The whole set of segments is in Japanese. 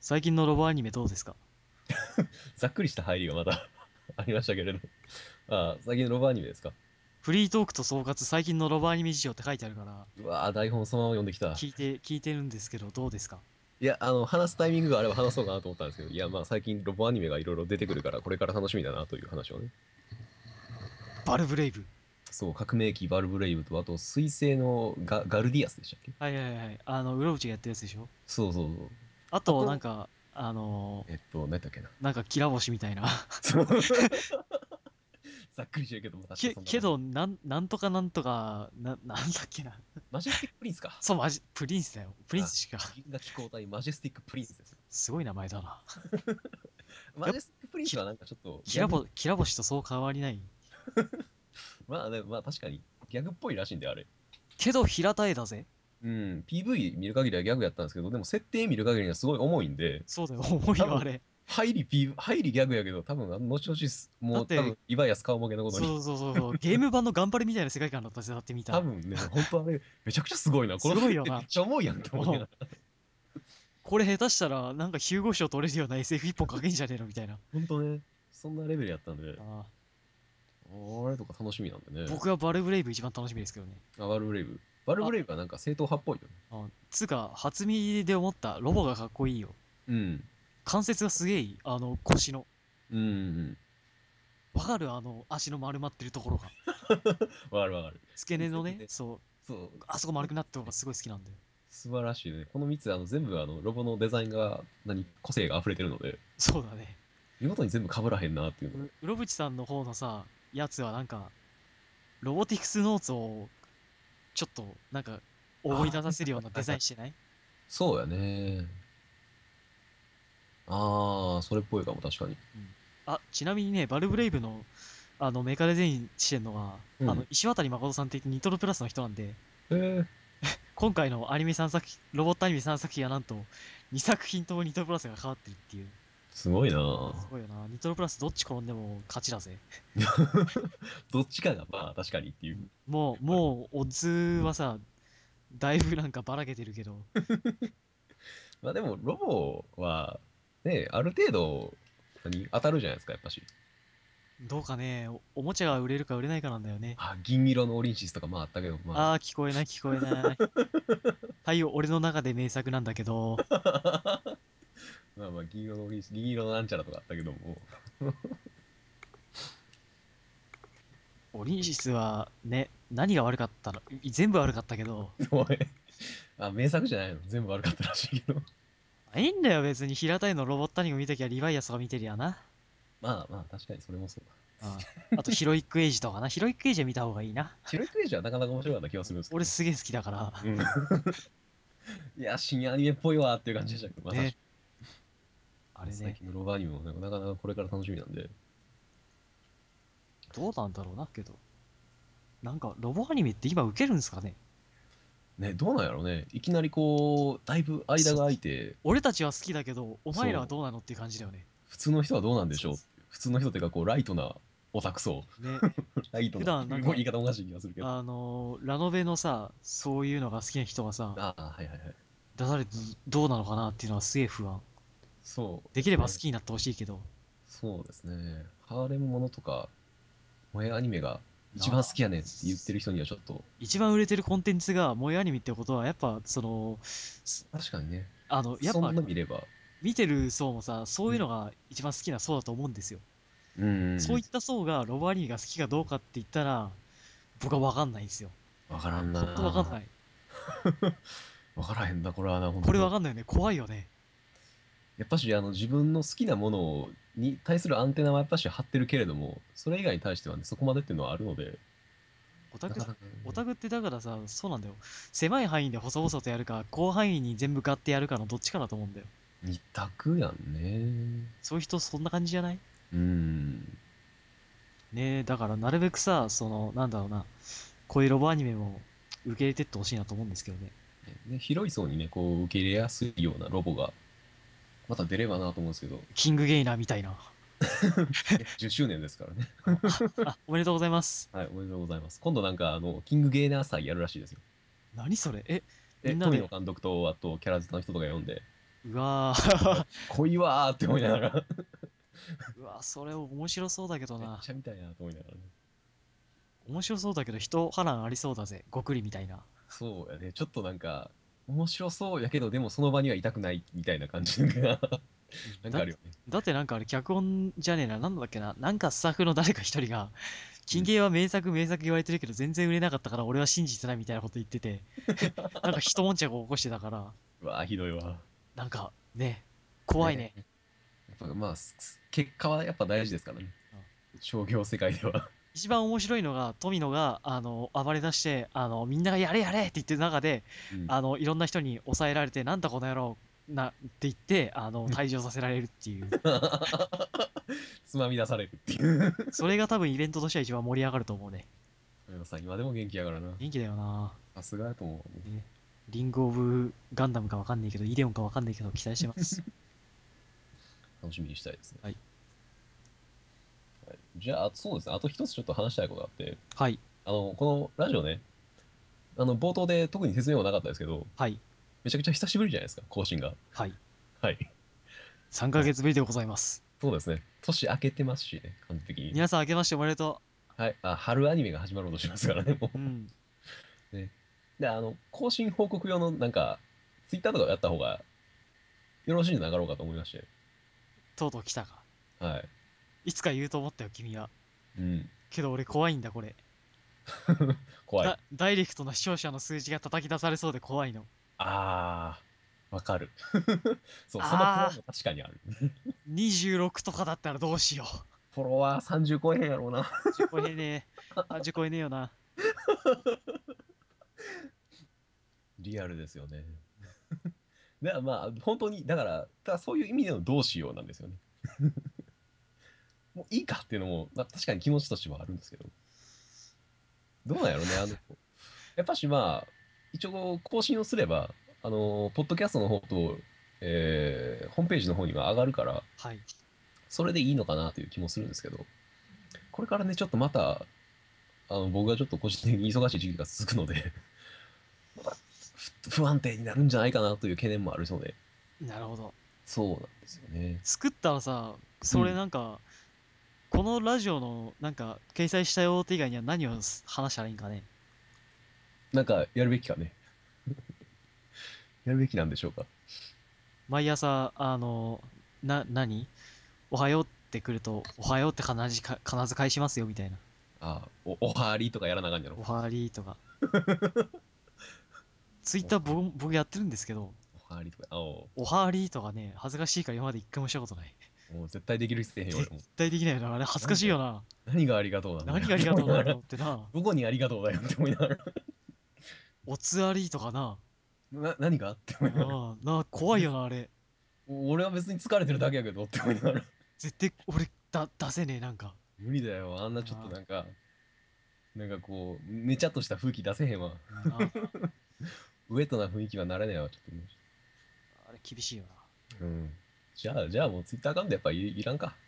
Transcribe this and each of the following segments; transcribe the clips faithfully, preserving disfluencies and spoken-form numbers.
最近のロボアニメどうですか？ ざっくりした入りがまたありましたけれど。ああ、最近のロボアニメですか？ フリートークと総括最近のロボアニメ事情って書いてあるから、 うわぁ、台本そのまま読んできた。 聞いて、聞いてるんですけど、どうですか？ いや、あの、話すタイミングがあれば話そうかなと思ったんですけど、いや、まあ最近ロボアニメがいろいろ出てくるから、これから楽しみだなという話をね。 バルブレイブ。 そう、革命機バルブレイブと、あと、水星のガ、ガルディアスでしたっけ？ はいはいはい。あの、うろぶちがやってるやつでしょ？ そうそうそう。 あと、なんあと、 か、あのえっと、何やったっけな。 ーなんか、キラ星みたいな。 そう。ざっくりしてるけども、確かけ、 そんな感じ。 けど、なん、なんとかなんとか、な、なんだっけな。 マジェスティックプリンスか。 そう、マジ、プリンスだよ。プリンあ、 スしか。 銀河機構対マジェスティックプリンスですよ。 すごい名前だな。やっぱ、 マジェスティックプリンスキラ、 はなんかちょっとギャグ、 キラボ、キラ星とそう変わりない。 まあね、まあ確かにギャグっぽいらしいんで、あれ。 けど、平たいだぜ。 うん、ピーブイ 見る限りはギャグやったんですけど、でも設定見る限りにはすごい重いんで、 そうだよ。重いよ、あ多分、 れ。 入り P、入りギャグやけど、多分、あの後々す、もう多分、 だって、 リバイアス顔負けのことに、 そうそうそうそう。ゲーム版の頑張れみたいな世界観だったぜ、だって見たら。 多分ね、本当あれ、めちゃくちゃすごいな。このすごい設定めっよな。 ちゃ重いやんって思いなおうがら。 これ下手したら、なんかヒューゴ賞取れるような エスエフ 一本かけんじゃねえのみたいな。 本当ね、そんなレベルやったんで、 ああ、 あれとか楽しみなんでね。 僕はバルブレイブ一番楽しみですけどね。 あ、バルブレイブ。バルブあ、 レイブはなんか正統派っぽいよね。 あつうか、初見で思ったロボがかっこいいよ。 うん。 関節がすげえいい。あの、腰の。 うんうんうん。 わかるあの、足の丸まってるところが。 わかるわかる。 付け根のね、 全部ね、 そう。 そう、 あそこ丸くなったところがすごい好きなんだよ。 素晴らしいね。このみっつ、あの、全部、あの、ロボのデザインが、何、個性が溢れてるので、 そうだね。 見事に全部被らへんなっていうのが。 う、うろぶちさんの方のさ、やつはなんか、ロボティクスノーツをちょっと、なんか、思いああ、 出させるようなデはいはい。 ザインしてない？ そうやね。ああ、それっぽいかも、確かに。 うん。あ、ちなみにね、バルブレイブの、あの、メカデザインしてんのが、あの、 うん。 石渡誠さんって言ってニトロプラスの人なんで、 えー、 今回のアニメさんさく品、ロボットアニメさんさく品はなんと、にさく品ともニトロプラスが関わってるっていう。 すごいな。 すごいよな。ニトロプラスどっち転んでも勝ちだぜ。 どっちかが、まあ、確かにっていう。 うんもう、 ある。 もう、オッズはさ、だいぶなんかばらけてるけど、 まあでも、ロボは、ね、ある程度、何当たるじゃないですか、やっぱし。 どうかね、お、おもちゃが売れるか売れないかなんだよね。 あ、銀色のオリンシスとか、まああったけど、まあー、聞こえない聞こえない。太陽、俺の中で名作なんだけど、 あ。まあまあ、銀色のオリンシス、銀色のなんちゃらとかあったけども。 オリンシスはね、何が悪かったの？い全部悪かったけど、 おい、あ、名作じゃないの。全部悪かったらしいけど。 いいんだよ別に平たいのロボットアニメ見ときゃリヴァイアスとか見てるやな。 まあまあ、確かにそれもそうだ。 ああとヒロイックエイジとかな。ヒロイックエイジは見た方がいいな。 白いクエイジはなかなか面白かった気がするんですけどね。 俺すげえ好きだから。 うん。いや、深夜アニメっぽいわっていう感じでしたけど、まあ確ね。 かに。 あれね。 最近のロバアニメもねなかなかこれから楽しみなんで。 どうなんだろうな、けど。なんか、ロボアニメって今受けるんすかね？ ね、どうなんやろうね。いきなりこう、だいぶ間そう。 が空いて、 俺たちは好きだけど、お前らはそう、 どうなのっていう感じだよね。 普通の人はどうなんでしそう。 ょうっていう。普通の人っていうか、こう、ライトなオタク層。 ね。 ライト普な。 段なんか、 もう言い方おかしい気がするけど。 あのーラノベのさ、そういうのが好きな人がさ、 ああ、はいはいはい。 出されてどうなのかなっていうのはすげえ不安。 そうできれば好ですね。 きになってほしいけど、 そうですね。ハーレムものとか、萌えアニメが一なあ、 番好きやねんって言ってる人にはちょっと、 一番売れてるコンテンツが萌えアニメってことは、やっぱ、その、す確かにね、 あの、やっそんぱ、 な見れば、 見てる層もさ、そういうのうん。 が一番好きな層だと思うんですよ。 うん。 そういった層がロボアニメが好きかどうかって言ったら、僕はわかんないんですよ。 わからんほんとわかんな。 ない。 わからへんな、これはな、本これわ当。 かんないよね。怖いよね。 やっぱし、あの、自分の好きなものに対するアンテナはやっぱし張ってるけれども、それ以外に対してはね、そこまでっていうのはあるので、 オタク、 なかなかね、 オタクってだからさ、そうなんだよ。狭い範囲で細々とやるか、広範囲に全部買ってやるかのどっちかだと思うんだよ。 二択やんね。 そういう人そんな感じじゃない？ うん。 ねえ、だからなるべくさ、その、なんだろうな、こういうロボアニメも受け入れてってほしいなと思うんですけどね。 ね、広い層にね、こう、受け入れやすいようなロボが、また出ればなと思うんですけど、 キングゲイナーみたいな。 いや、じゅっしゅうねんですからね。 あ、あ、あおめでとうございます。 はい、おめでとうございます。今度なんか、あの、キングゲーナー祭やるらしいですよ。 何それ？え、みえ、 んなで、 富野監督と、あと、キャラクターの人とか呼んで、 うわー濃いわーって思いながらうわーそれ面白そうだけどめっな。 ちゃ見たいなと思いながらね。 面白そうだけど人波乱ありそうだぜ。ごくりみたいな。 そうやね。ちょっとなんか、面白そうやけど、でもその場にはいたくないみたいな感じがなんだって、 かあるよね。 だってなんかあれ脚本じゃねえな。なんだっけな。なんかスタッフの誰か一人が、 うん。 金芸は名作名作言われてるけど全然売れなかったから俺は信じてないみたいなこと言ってて、なんか一悶着を起こしてたから、 うわー、ひどいわ。 なんかね、怖いね。 ね。 やっぱまあ、すす結果はやっぱ大事ですからね。 うん商業世界では。 一番面白いのが、富野が、あの、暴れ出して、あの、みんながやれやれって言ってる中で、 うん。 あの、いろんな人に抑えられて、なんだこの野郎、な、って言って、あの、退場させられるっていう。 つまみ出されるっていうそれが多分イベントとしては一番盛り上がると思うね。 上野さん、今でも元気やからな。 元気だよな。 さすがやと思う。 ね。リングオブガンダムかわかんないけど、イデオンかわかんないけど、期待してます。 楽しみにしたいですね。 はい。 はい、じゃあ、そうですね。あと一つちょっと話したいことがあって、 はい。 あの、このラジオね、あの、冒頭で特に説明もなかったですけど、 はい。 めちゃくちゃ久しぶりじゃないですか、更新が。 はい。 はい。 3 まあ、 ヶ月ぶりでございます。 そうですね。年明けてますしね、完璧に。 皆さん明けましておめでとはい。あ、春アニメが始まろうとしますからね、もう。うん。 う。ね。で、あの、更新報告用の、なんか、ツイッターとかやった方がよろしいんじゃなかろうかと思いまして。 とうとう来たか。 はい。 いつか言うと思ったよ、君は。 うん。 けど俺怖いんだ、これ。 怖い。 ダ、ダイレクトな視聴者の数字が叩き出されそうで怖いの。 あー、わかる。そう、その不安あも確かにある。 ー、にじゅうろくとかだったらどうしよう。 フォロワーさんじゅう超えへんやろうな。 さんじゅう超えねえ。さんじゅう超えねえよな。 リアルですよね。だからまあ、本当に、だから、ただそういう意味でのどうしようなんですよね。もういいかっていうのも、まあ、確かに気持ちとしてはあるんですけど、どうなんやろうね。あの、やっぱしまあ、一応更新をすれば、あの、ポッドキャストの方と、えー、ホームページの方には上がるから、 はい。 それでいいのかなという気もするんですけど、これからね、ちょっとまた、あの、僕がちょっと個人的に忙しい時期が続くのでふ不安定になるんじゃないかなという懸念もあるので、 なるほど。 そうなんですよね。 作ったらさ、それうん。 なんか、このラジオのなんか、掲載したよって以外には何を話したらいいんかね。 なんか、やるべきかね。やるべきなんでしょうか。 毎朝、あの、な、何おはようって来ると、おはようって必ずか、必ず返しますよみたいな。 ああ、お、おはりとかやらなあかんやろ。 おはりとか。ツイッお、 ター僕、僕やってるんですけど、 おはりとか、あお、 おはりとかね、恥ずかしいから今まで一回もしたことない。 もう絶対できる人せえへんよ、俺絶も。 対できないよな。あれ恥ずか何が、 しいよな。 何がありがとうなんだよって何がありが思いながら、 とうなんだろうってな。 どこにありがとうだよって思いながら、 おつわりとかな。 な、何がって思いながら、 ああ、なあ、怖いよな、あれ。 俺は別に疲れてるだけやけどって思いながら、 絶対、俺、だ、出せねえ、なんか。 無理だよ。あんなちょっとあなんか、なんかこう、めちゃっとした空気出せへんわ。 あ、なあ、 ウェットな雰囲気はなれないわ、ちょっともあれ厳しいよな。 う。うん。じゃあ、じゃあもうツイッターアカウントやっぱい、いらんか。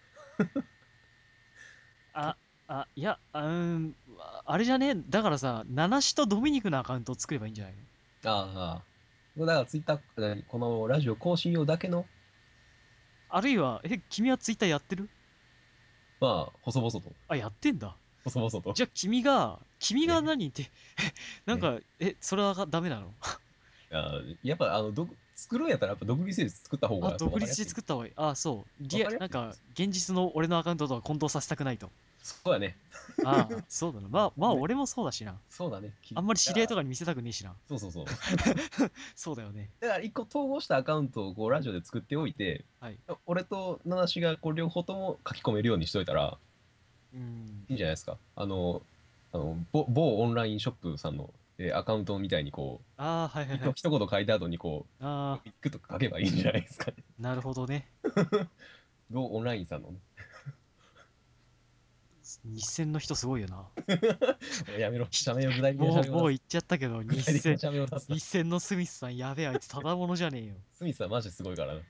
あ、あ、いや、うーん、あれじゃねだからさ、ナナシとドミニクのアカウントを作ればいいんじゃないの？ ああ。だからツイッター、何このラジオ更新用だけの、 あるいは、え、君はツイッターやってる？ まあ、細々と、 あ、やってんだ。 細々と。 じゃあ君が、君がね。 何って、なんね。 か、え、それはダメなの？ あやっぱ、あの、ど、作るんやったらやっぱ独立で作った方があ、 やっぱ分独立かりやすい。 で作った方がいい。あ、そう。リア、 分かりやなんか、 すいです。 現実の俺のアカウントとは混同させたくないと。 そうやね。 ああ、そうだな。まあ、まあ、 ね。 俺もそうだしな。 そうだね。きあんまり知り合いとじゃあ、 かに見せたくねえしな。 そうそうそう。 そうだよね。 だから一個統合したアカウントをこうラジオで作っておいて、 はい。 俺とナナシがこう両方とも書き込めるようにしといたらうん。 いいんじゃないですか。あの、あの、某某オンラインショップさんの、えーアカウントみたいにこう、 ああ、はいはいは一い。 一言書いた後にこう、 ああ、 クリックとか書けばいいんじゃないですかね。 なるほどね。 某オンラインさんのね。 日銭の人すごいよな。 おいやめろ。 ひ社名を具体的なもう、 社名を出す。 もう言っちゃったけど、 具体的な日銭、 社名を出すな。 日銭のスミスさんやべえ、あいつただものじゃねえよ。 スミスはマジですごいからな。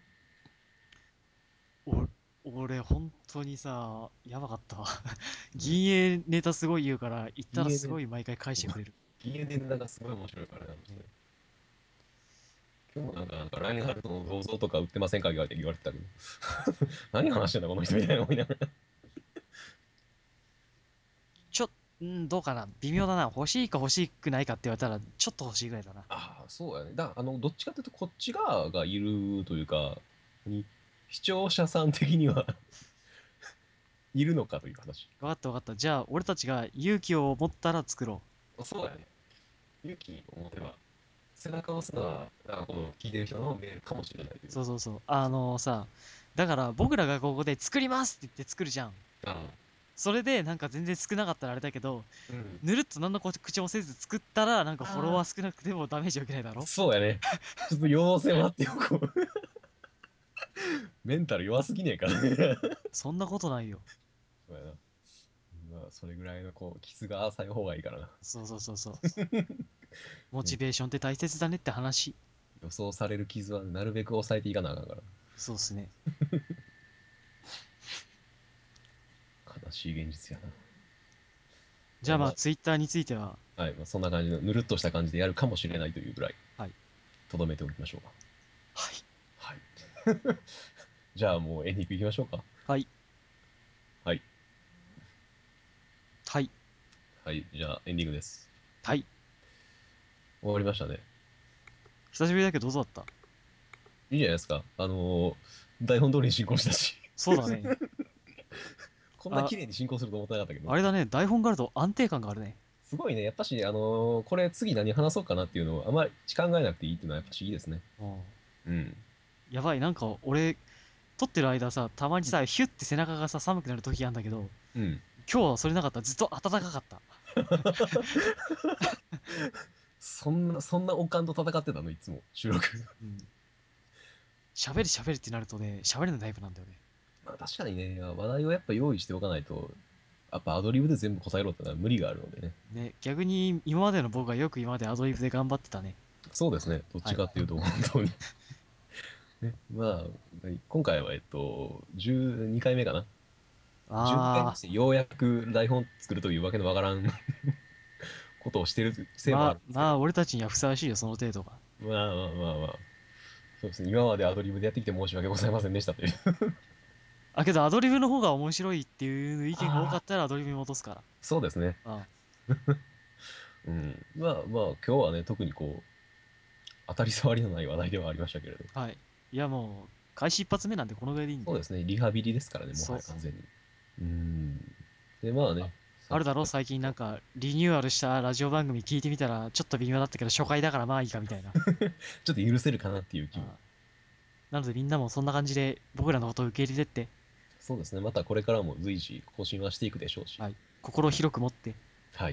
お、俺、本当にさ、やばかったわ。 ね、 銀営ネタすごい言うから、言ったらすディーエヌエー、 ごい毎回返してくれる。 ディーエヌエー がすごい面白いからね、あの人ねね。 今日もなんか、なんかラインハルトの銅像とか売ってませんか言われて言われてたけど。何話してんだ、この人みたいな思いながら。 ちょ、んどうかな。微妙だな。欲しいか欲しくないかって言われたら、ちょっと欲しいぐらいだな。 ああ、そうやね。だあの、どっちかというと、こっち側がいるというか、に視聴者さん的にはいるのかという話。 わかったわかった。じゃあ、俺たちが勇気を持ったら作ろそうやね。勇気を持てば、背中を押すのは、なんかこの聞いてる人のメールかもしれないという。 う。 そうそうそう。あのさ、だから僕らがここで作りますって言って作るじゃん。 あそれでなんか全然少なかったらあれだけど、 うん。 ぬるっと何の口もせず作ったらなんかフォロああ、 ワー少なくてもダメージを受けないだろ。 そうやね。ちょっと要請待ってよ、こう。メンタル弱すぎねえかね。 そんなことないよ。 そうやな。まあ、それぐらいの、こう、傷が浅い方がいいからな。 そうそうそうそう。モチベーションって大切だねって話。 予想される傷はなるべく抑えていかなあかんから。 そうっすね。 悲しい現実やな。 じゃあまあ、 まツイッターについては、 あ、はい、まあ、そんな感じの、ぬるっとした感じでやるかもしれないというぐらい、 はい。 とどめておきましょうか。 はい。 はい。じゃあもうエンディングいきましょうか。 はい。 はい。 はい。 はい。じゃあエンディングです。 はい。 終わりましたね。 久しぶりだけどどうだった？ いいじゃないですか。あのー台本通りに進行したし。 そうだね。 こんなあ、 綺麗に進行すると思ってなかったけど。 あれだね。台本があると安定感があるね。 すごいね。やっぱし、あのーこれ次何話そうかなっていうのをあまり考えなくていいっていうのはやっぱしいいですね。 うん。 うん。 やばい。なんか俺、撮ってる間さ、たまにさ、ヒュッて背中がさ、寒くなる時あるんだけど、 うん。 今日はそれなかった。ずっと暖かかった。 そんな、そんなおかんと戦ってたのいつも。収録。 うん。喋る喋るってなるとね、喋れないタイプなんだよね。 まあ確かにね、話題をやっぱ用意しておかないと、やっぱアドリブで全部答えろってのは無理があるのでね。 ね、逆に今までの僕がよく今までアドリブで頑張ってたね。 そうですね。どっはい。 ちかっていうと、本当に。ね。まあ、今回は、えっと、じゅうにかいめかな。じゅうにかいめにあー、 してようやく台本作るというわけのわからんことをしてるせいもまあ、 あるんですけど。 まあ、俺たちにはふさわしいよ、その程度が。 まあまあまあまあ。そうですね。今までアドリブでやってきて申し訳ございませんでしたという。 あ、けどアドリブの方が面白いっていう意見が多かああ、 ったらアドリブに戻すから。 そうですね。 あうん。まあまあ、今日はね、特にこう、当たり障りのない話題ではありましたけれど。 あ、はい。いやもう、開始一発目なんでこのぐらいでいいんで。 そうですね。リハビリですからね、もはそう。 や完全に。うん。で、まああ、 ね、さっきあるだろ最近なんか、リニューアルしたラジオ番組聞いてみたら、ちょっと微妙だったけど、初回だからまあいいかみたいな。 ちょっと許せるかなっていう気も。 あなのでみんなもそんな感じで僕らのことを受け入れてって、 そうですね。またこれからも随時更新はしていくでしょうし。 はい。心を広く持って。 はい。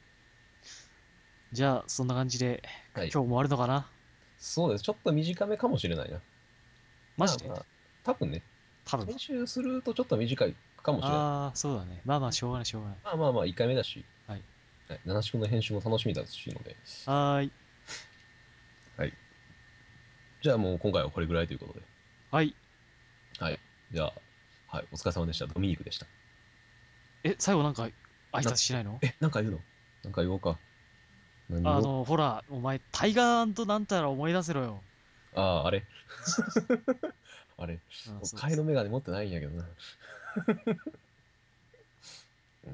じゃあ、そんな感じで、 はい。 今日も終わるのかな？ そうです。ちょっと短めかもしれないな。 マジでまあまあ、多分ね、 多分。 編集するとちょっと短いかもしれない。 ああ、そうだね。まあまあ、しょうがない、しょうがない。 まあまあまあ、いっかいめだし、 はい。 はい、七宿の編集も楽しみだしので。 はーい。 はい。じゃあもう今回はこれぐらいということで。 はい。 はい。じゃあ、はい、お疲れ様でした。ドミニクでした。 え、最後なんか挨な、 拶しないの？ え、なんか言うの？なんか言おうか。何言おう。 あの、ほら、お前、タイガーなんたら思い出せろよ。 ああ、あれ。 そうそあれ。 う。あ、そう替えのそメガネ持ってないんやけどな。うん。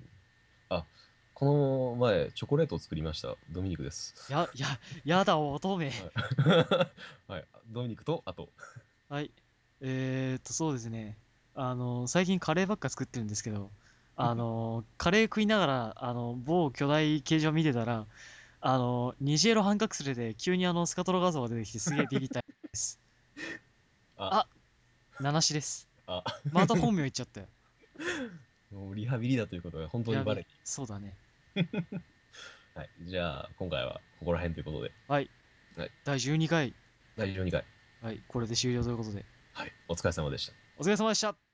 あ、この前、チョコレートを作りました。ドミニクです。 う。や、や、やだ、乙女。 はい。はい。ドミニクと、あと。 はい。えーっと、そうですね。あの、最近カレーばっか作ってるんですけど、あの、カレー食いながら、あの、某巨大形状見てたら、あの、虹色半角スレで急にあの、スカトロ画像が出てきてすげえビビったです。 あ、 あ、七しです。 あ、 また本名言っちゃったよ。 もうリハビリだということが本リハビリ。 当にバレて。 そうだね。 はい。じゃあ、今回はここら辺ということで。 はい。 はい。 だいじゅうにかい。 だいじゅうにかい。 はい。これで終了ということで。 はい。お疲れ様でした。 お疲れ様でした。